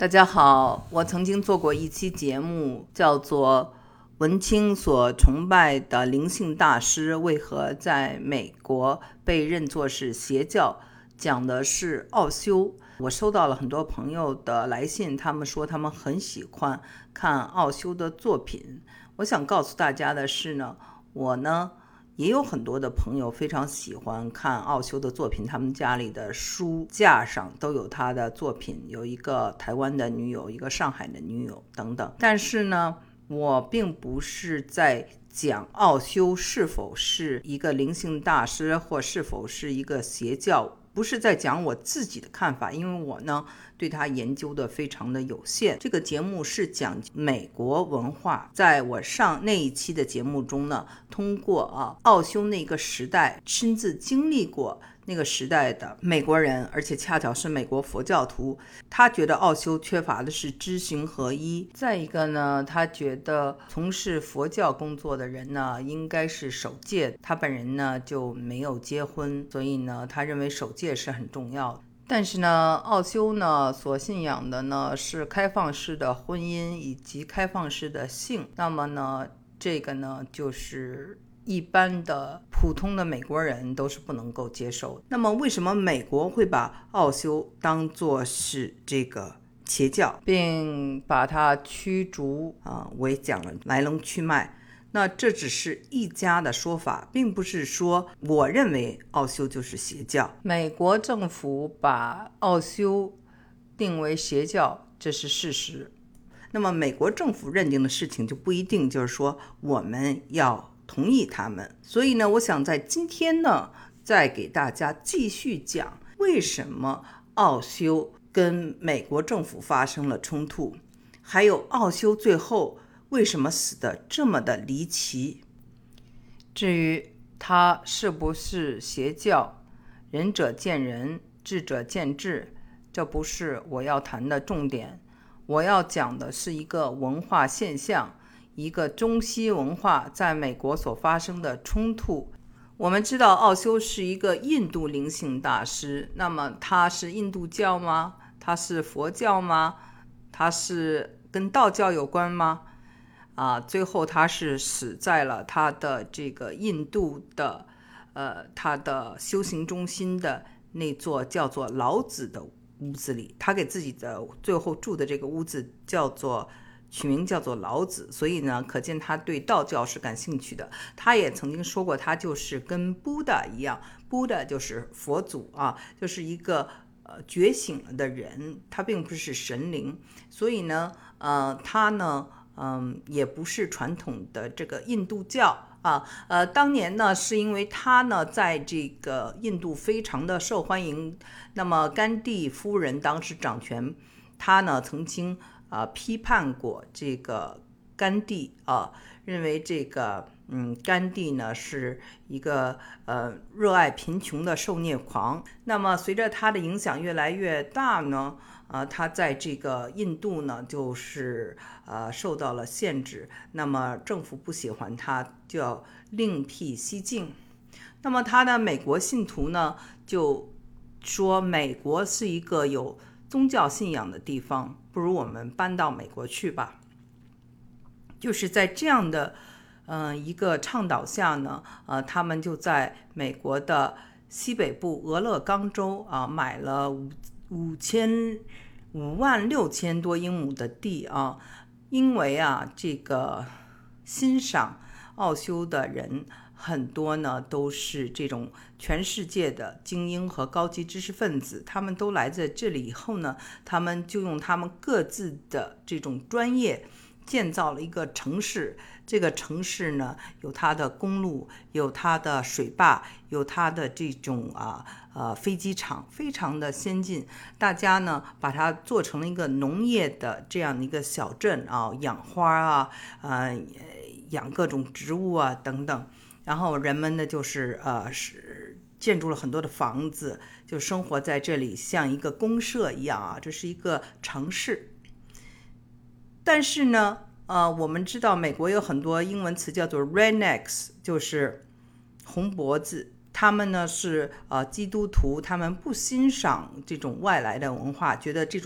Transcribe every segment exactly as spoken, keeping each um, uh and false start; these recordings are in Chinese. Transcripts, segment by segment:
大家好，我曾经做过一期节目，叫做文青所崇拜的灵性大师为何在美国被认作是邪教，讲的是奥修。我收到了很多朋友的来信，他们说他们很喜欢看奥修的作品。我想告诉大家的是呢，我呢也有很多的朋友非常喜欢看奥修的作品，他们家里的书架上都有他的作品，有一个台湾的女友，一个上海的女友等等。但是呢，我并不是在讲奥修是否是一个灵性大师，或是否是一个邪教，不是在讲我自己的看法，因为我呢对他研究的非常的有限。这个节目是讲美国文化，在我上那一期的节目中呢，通过啊奥修那个时代亲自经历过那个时代的美国人，而且恰巧是美国佛教徒，他觉得奥修缺乏的是知行合一。再一个呢，他觉得从事佛教工作的人呢应该是守戒，他本人呢就没有结婚，所以呢他认为守戒是很重要的。但是呢，奥修呢所信仰的呢是开放式的婚姻以及开放式的性，那么呢这个呢就是一般的普通的美国人都是不能够接受的。那么为什么美国会把奥修当作是这个邪教，并把它驱逐啊？我也讲了来龙去脉。那这只是一家的说法，并不是说我认为奥修就是邪教。美国政府把奥修定为邪教，这是事实。那么美国政府认定的事情就不一定就是说我们要同意他们。所以呢，我想在今天呢，再给大家继续讲为什么奥修跟美国政府发生了冲突，还有奥修最后为什么死得这么的离奇。至于他是不是邪教，仁者见仁，智者见智，这不是我要谈的重点。我要讲的是一个文化现象，一个中西文化在美国所发生的冲突。我们知道奥修是一个印度灵性大师，那么他是印度教吗？他是佛教吗？他是跟道教有关吗？啊，最后他是死在了他的这个印度的呃他的修行中心的那座叫做老子的屋子里。他给自己的最后住的这个屋子叫做取名叫做老子，所以呢可见他对道教是感兴趣的。他也曾经说过，他就是跟 Buddha 一样， Buddha 就是佛祖啊，就是一个呃觉醒了的人，他并不是神灵。所以呢呃他呢嗯，也不是传统的这个印度教啊，呃，当年呢，是因为他呢，在这个印度非常的受欢迎。那么甘地夫人当时掌权，他呢曾经啊、呃、批判过这个甘地啊，认为这个嗯甘地呢是一个呃热爱贫穷的受虐狂。那么随着他的影响越来越大呢，呃，他在这个印度呢，就是呃受到了限制。那么政府不喜欢他，就要另辟蹊径。那么他的美国信徒呢，就说美国是一个有宗教信仰的地方，不如我们搬到美国去吧。就是在这样的呃一个倡导下呢，呃，他们就在美国的西北部俄勒冈州啊买了五五千五万六千多英亩的地啊，因为啊这个欣赏奥修的人很多呢都是这种全世界的精英和高级知识分子，他们都来在这里以后呢，他们就用他们各自的这种专业建造了一个城市。这个城市呢，有它的公路，有它的水坝，有它的这种啊呃飞机场，非常的先进。大家呢把它做成了一个农业的这样的一个小镇啊，养花啊，呃养各种植物啊等等。然后人们呢就是呃是建筑了很多的房子，就生活在这里，像一个公社一样啊，这是一个城市。但是呢呃，我们知道美国有很多英文词叫做 rednecks， 就是红脖子。他们呢是呃基督徒，他们不欣赏这种外来的文化，觉得这种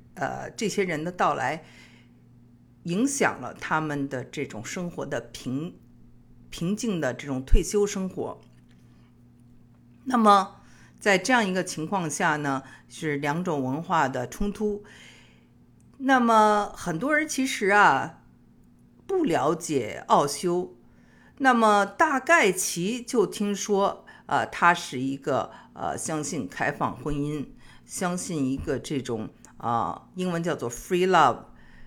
呃这些人的到来影响了他们的这种生活的平平静的这种退休生活。那么在这样一个情况下呢，是两种文化的冲突。那么很多人其实啊不了解奥修，那么大概其就听说呃他是一个呃相信开放婚姻，相信一个这种啊、呃、英文叫做 free love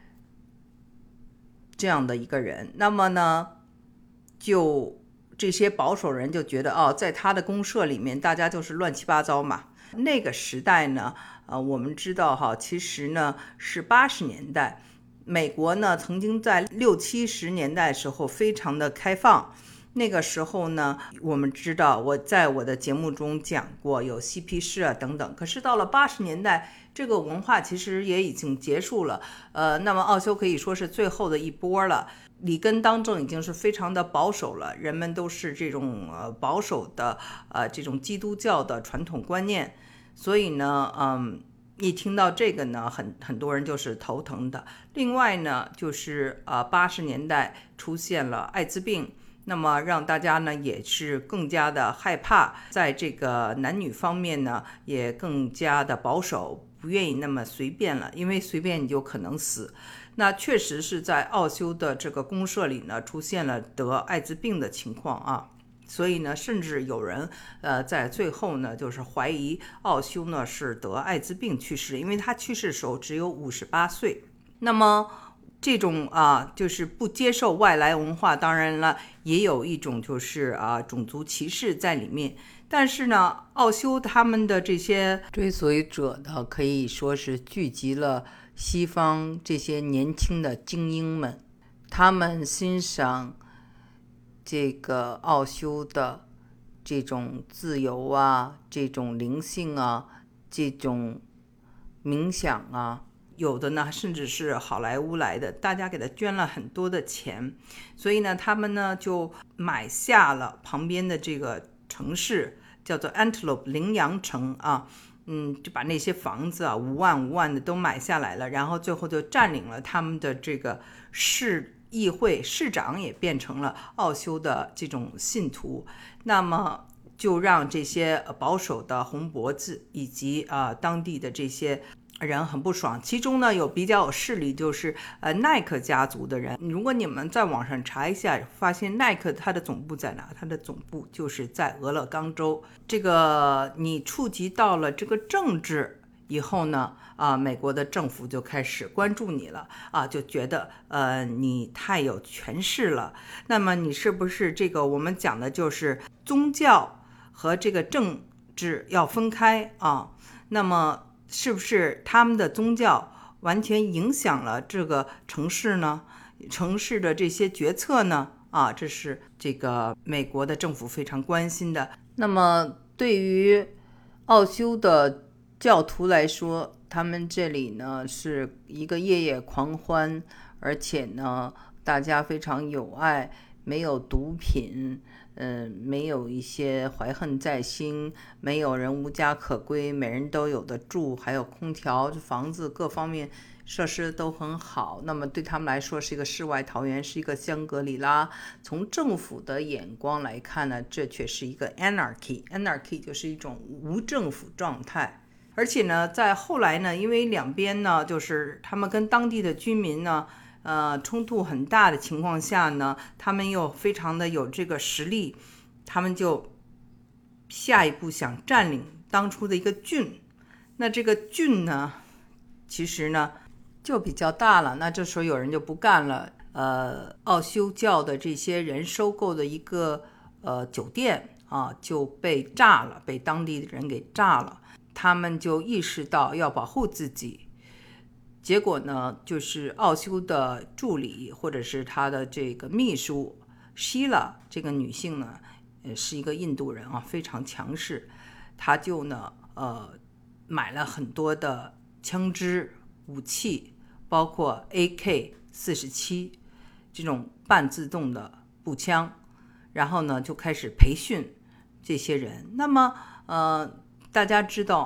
这样的一个人。那么呢，就这些保守人就觉得哦，在他的公社里面大家就是乱七八糟嘛。那个时代呢，呃，我们知道哈，其实呢是八十年代，美国呢曾经在六七十年代的时候非常的开放。那个时候呢，我们知道我在我的节目中讲过有嬉皮士啊等等。可是到了八十年代，这个文化其实也已经结束了。呃，那么奥修可以说是最后的一波了。里根当政已经是非常的保守了，人们都是这种呃保守的呃这种基督教的传统观念，所以呢，嗯，一听到这个呢，很很多人就是头疼的。另外呢，就是呃八十年代出现了艾滋病。那么让大家呢也是更加的害怕，在这个男女方面呢也更加的保守，不愿意那么随便了，因为随便你就可能死。那确实是在奥修的这个公社里呢出现了得艾滋病的情况啊，所以呢甚至有人呃在最后呢就是怀疑奥修呢是得艾滋病去世，因为他去世的时候只有五十八岁。那么这种啊，就是不接受外来文化，当然了，也有一种就是啊种族歧视在里面。但是呢，奥修他们的这些追随者呢，可以说是聚集了西方这些年轻的精英们，他们欣赏这个奥修的这种自由啊，这种灵性啊，这种冥想啊。有的呢甚至是好莱坞来的，大家给他捐了很多的钱，所以呢他们呢就买下了旁边的这个城市叫做 Antelope 羚羊城啊，嗯，就把那些房子啊五万五万的都买下来了，然后最后就占领了他们的这个市议会，市长也变成了奥修的这种信徒。那么就让这些保守的红脖子以及啊、呃、当地的这些人很不爽。其中呢有比较有势力，就是呃耐克家族的人。如果你们在网上查一下，发现耐克它的总部在哪？它的总部就是在俄勒冈州。这个你触及到了这个政治以后呢，啊，美国的政府就开始关注你了啊，就觉得呃你太有权势了。那么你是不是这个我们讲的就是宗教和这个政治要分开啊？那么是不是他们的宗教完全影响了这个城市呢？城市的这些决策呢？啊，这是这个美国的政府非常关心的。那么对于奥修的教徒来说，他们这里呢是一个夜夜狂欢，而且呢大家非常有爱，没有毒品，嗯，没有一些怀恨在心，没有人无家可归，每人都有的住，还有空调，房子各方面设施都很好。那么对他们来说是一个世外桃源，是一个香格里拉。从政府的眼光来看呢，这却是一个 anarchy， anarchy 就是一种无政府状态。而且呢在后来呢，因为两边呢就是他们跟当地的居民呢呃，冲突很大的情况下呢，他们又非常的有这个实力，他们就下一步想占领当初的一个郡。那这个郡呢，其实呢就比较大了。那这时候有人就不干了，呃，奥修教的这些人收购的一个呃酒店啊就被炸了，被当地的人给炸了。他们就意识到要保护自己。结果呢，就是奥修的助理或者是他的这个秘书希拉这个女性呢，呃，是一个印度人啊，非常强势。她就呢，呃，买了很多的枪支武器，包括 A K 四十七 这种半自动的步枪，然后呢就开始培训这些人。那么，呃，大家知道啊，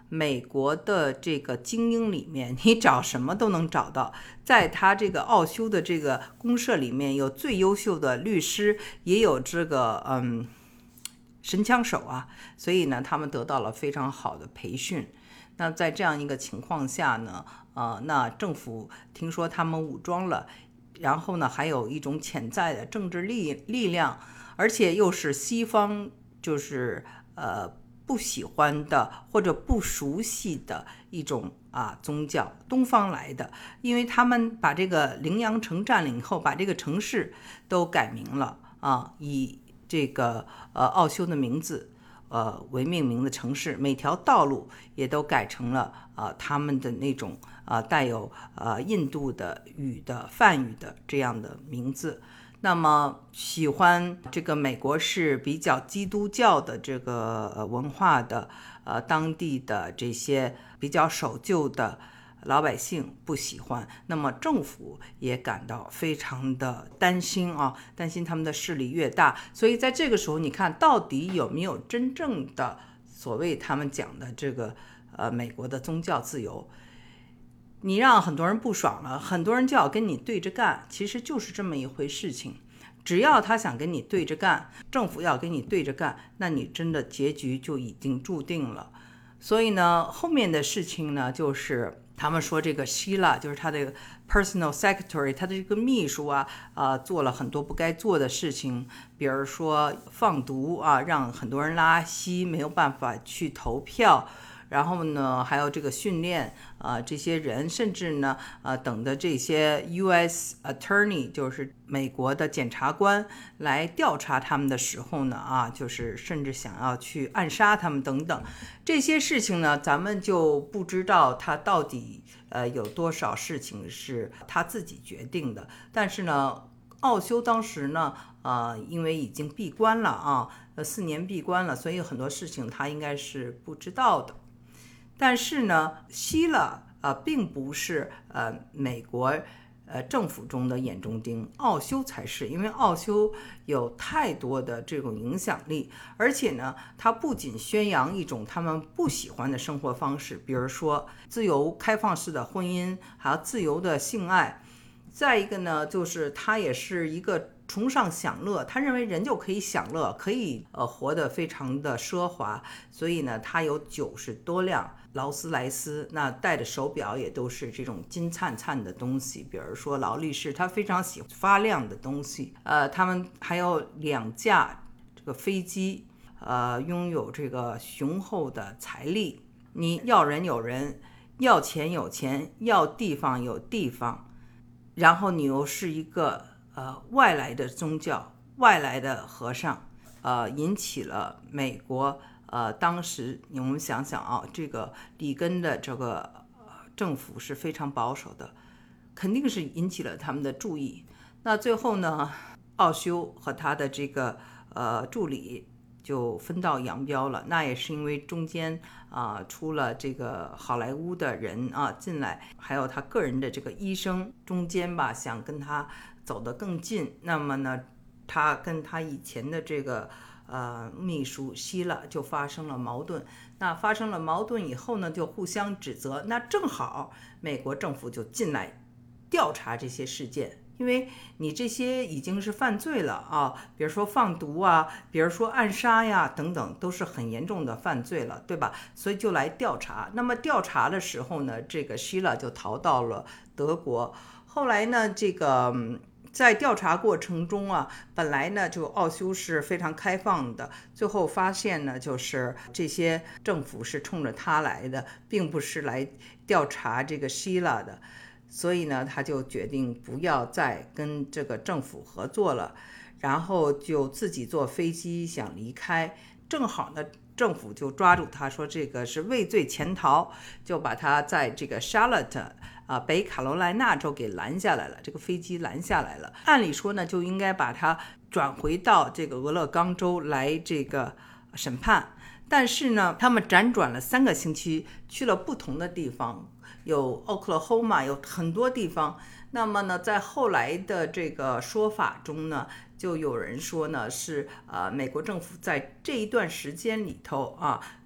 美国的这个精英里面，你找什么都能找到。在他这个奥修的这个公社里面，有最优秀的律师，也有这个嗯神枪手啊，所以呢，他们得到了非常好的培训。那在这样一个情况下呢，呃，那政府听说他们武装了，然后呢，还有一种潜在的政治力力量，而且又是西方就是呃不喜欢的或者不熟悉的一种啊宗教，东方来的，因为他们把这个羚羊城占领后，把这个城市都改名了啊，以这个呃奥修的名字。呃，为命名的城市，每条道路也都改成了呃他们的那种呃带有呃印度的语的梵语的这样的名字。那么喜欢这个美国是比较基督教的这个文化的呃当地的这些比较守旧的老百姓不喜欢，那么政府也感到非常的担心啊，担心他们的势力越大。所以在这个时候，你看到底有没有真正的所谓他们讲的这个呃美国的宗教自由？你让很多人不爽了，很多人就要跟你对着干，其实就是这么一回事情。只要他想跟你对着干，政府要跟你对着干，那你真的结局就已经注定了。所以呢，后面的事情呢，就是他们说这个希拉，就是他的 personal secretary， 他的这个秘书啊，呃，做了很多不该做的事情，比如说放毒啊，让很多人拉稀，没有办法去投票。然后呢，还有这个训练啊、呃，这些人，甚至呢，呃，等的这些 U S attorney， 就是美国的检察官来调查他们的时候呢，啊，就是甚至想要去暗杀他们等等，这些事情呢，咱们就不知道他到底呃有多少事情是他自己决定的。但是呢，奥修当时呢，呃，因为已经闭关了啊，呃，四年闭关了，所以很多事情他应该是不知道的。但是呢，希拉呃并不是呃美国呃政府中的眼中钉，奥修才是，因为奥修有太多的这种影响力，而且呢，他不仅宣扬一种他们不喜欢的生活方式，比如说自由开放式的婚姻，还有自由的性爱。再一个呢，就是他也是一个崇尚享乐，他认为人就可以享乐，可以呃活得非常的奢华，所以呢，他有九十多辆劳斯莱斯，那戴的手表也都是这种金灿灿的东西，比如说劳力士，他非常喜欢发亮的东西。呃，他们还有两架这个飞机，呃，拥有这个雄厚的财力。你要人有人，要钱有钱，要地方有地方。然后你又是一个呃外来的宗教，外来的和尚，呃，引起了美国呃当时我们想想啊，这个里根的这个、呃、政府是非常保守的，肯定是引起了他们的注意。那最后呢，奥修和他的这个呃助理就分道扬镳了，那也是因为中间啊、呃、出了这个好莱坞的人啊进来，还有他个人的这个医生中间吧，想跟他走得更近。那么呢，他跟他以前的这个呃秘书希拉就发生了矛盾。那发生了矛盾以后呢，就互相指责。那正好美国政府就进来调查这些事件。因为你这些已经是犯罪了啊，比如说放毒啊，比如说暗杀呀等等，都是很严重的犯罪了，对吧？所以就来调查。那么调查的时候呢，这个希拉就逃到了德国。后来呢，这个在调查过程中啊，本来呢就奥修是非常开放的，最后发现呢，就是这些政府是冲着他来的，并不是来调查这个希拉的。所以呢，他就决定不要再跟这个政府合作了，然后就自己坐飞机想离开。正好呢，政府就抓住他说这个是畏罪潜逃，就把他在这个 Charlotte 啊、呃、北卡罗来纳州给拦下来了，这个飞机拦下来了。按理说呢，就应该把他转回到这个俄勒冈州来这个审判，但是呢，他们辗转了三个星期，去了不同的地方。有 Oklahoma 有很多地方。那么呢，在后来的这个说法中呢，就有人说呢是呃美国政府在这一段时间里头啊，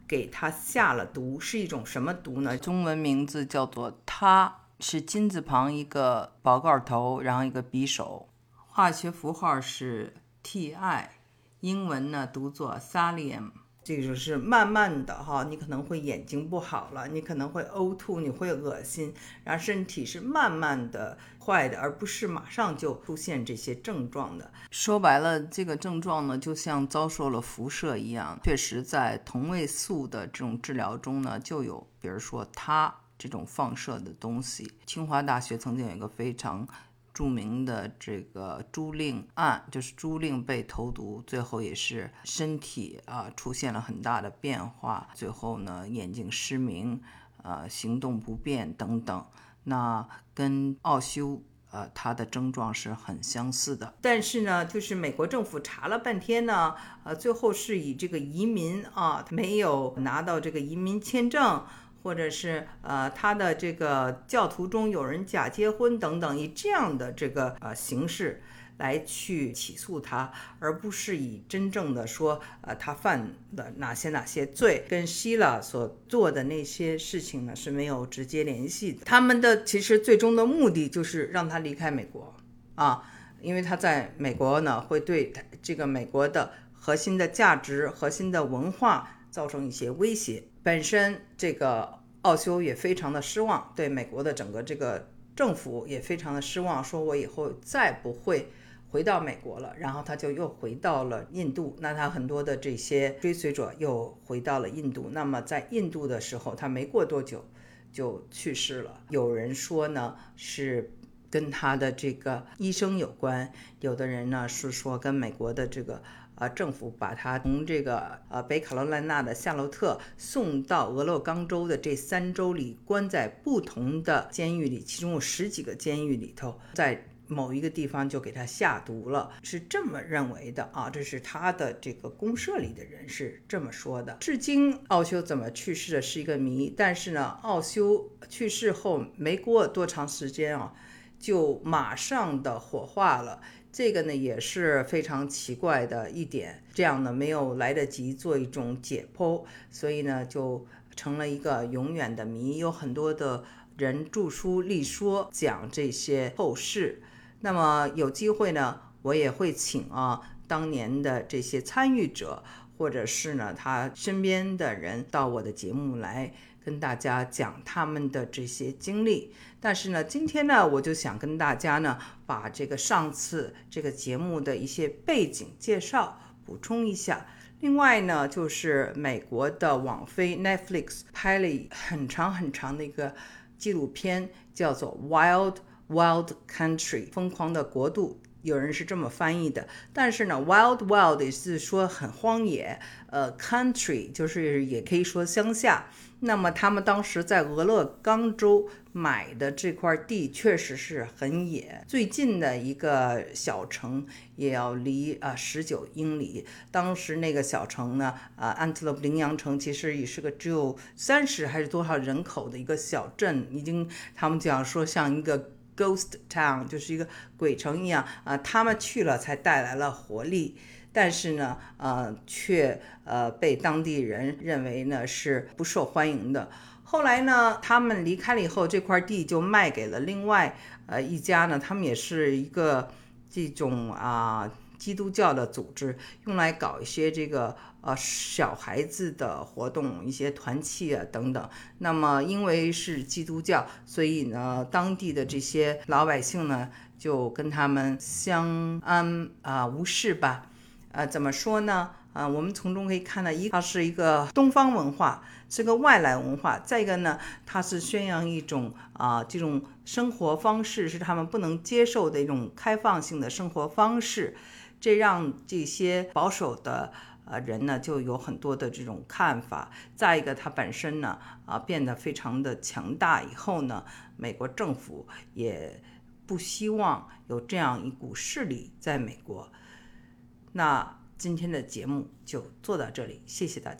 给他下了毒，是一种什么毒呢？中文名字叫做他，是金字旁一个宝盖头，然后一个匕首，化学符号是 Ti， 英文呢读作 Thallium。这个就是慢慢的哈，你可能会眼睛不好了，你可能会呕吐，你会恶心，然后身体是慢慢的坏的，而不是马上就出现这些症状的。说白了，这个症状呢，就像遭受了辐射一样。确实在同位素的这种治疗中呢，就有比如说它这种放射的东西。清华大学曾经有一个非常著名的这个朱令案，就是朱令被投毒，最后也是身体啊出现了很大的变化，最后呢眼睛失明，呃行动不便等等。那跟奥修呃他的症状是很相似的，但是呢，就是美国政府查了半天呢，呃最后是以这个移民啊没有拿到这个移民签证，或者是呃他的这个教徒中有人假结婚等等，以这样的这个呃形式来去起诉他，而不是以真正的说呃他犯了哪些哪些罪，跟希拉所做的那些事情呢是没有直接联系的。他们的其实最终的目的就是让他离开美国啊，因为他在美国呢会对这个美国的核心的价值、核心的文化造成一些威胁。本身这个奥修也非常的失望，对美国的整个这个政府也非常的失望，说我以后再不会回到美国了。然后他就又回到了印度，那他很多的这些追随者又回到了印度。那么在印度的时候，他没过多久就去世了。有人说呢是跟他的这个医生有关，有的人呢是说跟美国的这个呃，政府把他从这个呃北卡罗来纳的夏洛特送到俄勒冈州的这三州里，关在不同的监狱里，其中有十几个监狱里头，在某一个地方就给他下毒了，是这么认为的啊，这是他的这个公社里的人是这么说的。至今奥修怎么去世的是一个谜，但是呢，奥修去世后没过多长时间啊，就马上的火化了。这个呢也是非常奇怪的一点，这样呢没有来得及做一种解剖，所以呢就成了一个永远的谜。有很多的人著书立说讲这些后事，那么有机会呢我也会请啊当年的这些参与者，或者是呢他身边的人到我的节目来跟大家讲他们的这些经历。但是呢今天呢我就想跟大家呢把这个上次这个节目的一些背景介绍补充一下。另外呢就是美国的网飞 Netflix 拍了很长很长的一个纪录片，叫做 Wild Wild Country 疯狂的国度，有人是这么翻译的。但是呢 Wild Wild 也是说很荒野，呃 Country 就是也可以说乡下。那么他们当时在俄勒冈州买的这块地确实是很野，最近的一个小城也要离啊十九英里。当时那个小城呢，啊安特洛普羚羊城其实也是个只有三十还是多少人口的一个小镇，已经他们讲说像一个 ghost town， 就是一个鬼城一样啊。他们去了才带来了活力。但是呢，呃，却呃被当地人认为呢是不受欢迎的。后来呢，他们离开了以后，这块地就卖给了另外呃一家呢，他们也是一个这种啊、呃、基督教的组织，用来搞一些这个呃小孩子的活动，一些团契啊等等。那么因为是基督教，所以呢，当地的这些老百姓呢就跟他们相安啊、呃、无事吧。呃，怎么说呢？呃，我们从中可以看到，一它是一个东方文化，是个外来文化；再一个呢，它是宣扬一种啊、呃、这种生活方式是他们不能接受的一种开放性的生活方式，这让这些保守的呃人呢就有很多的这种看法。再一个，它本身呢啊、呃、变得非常的强大以后呢，美国政府也不希望有这样一股势力在美国。那今天的节目就做到这里，谢谢大家。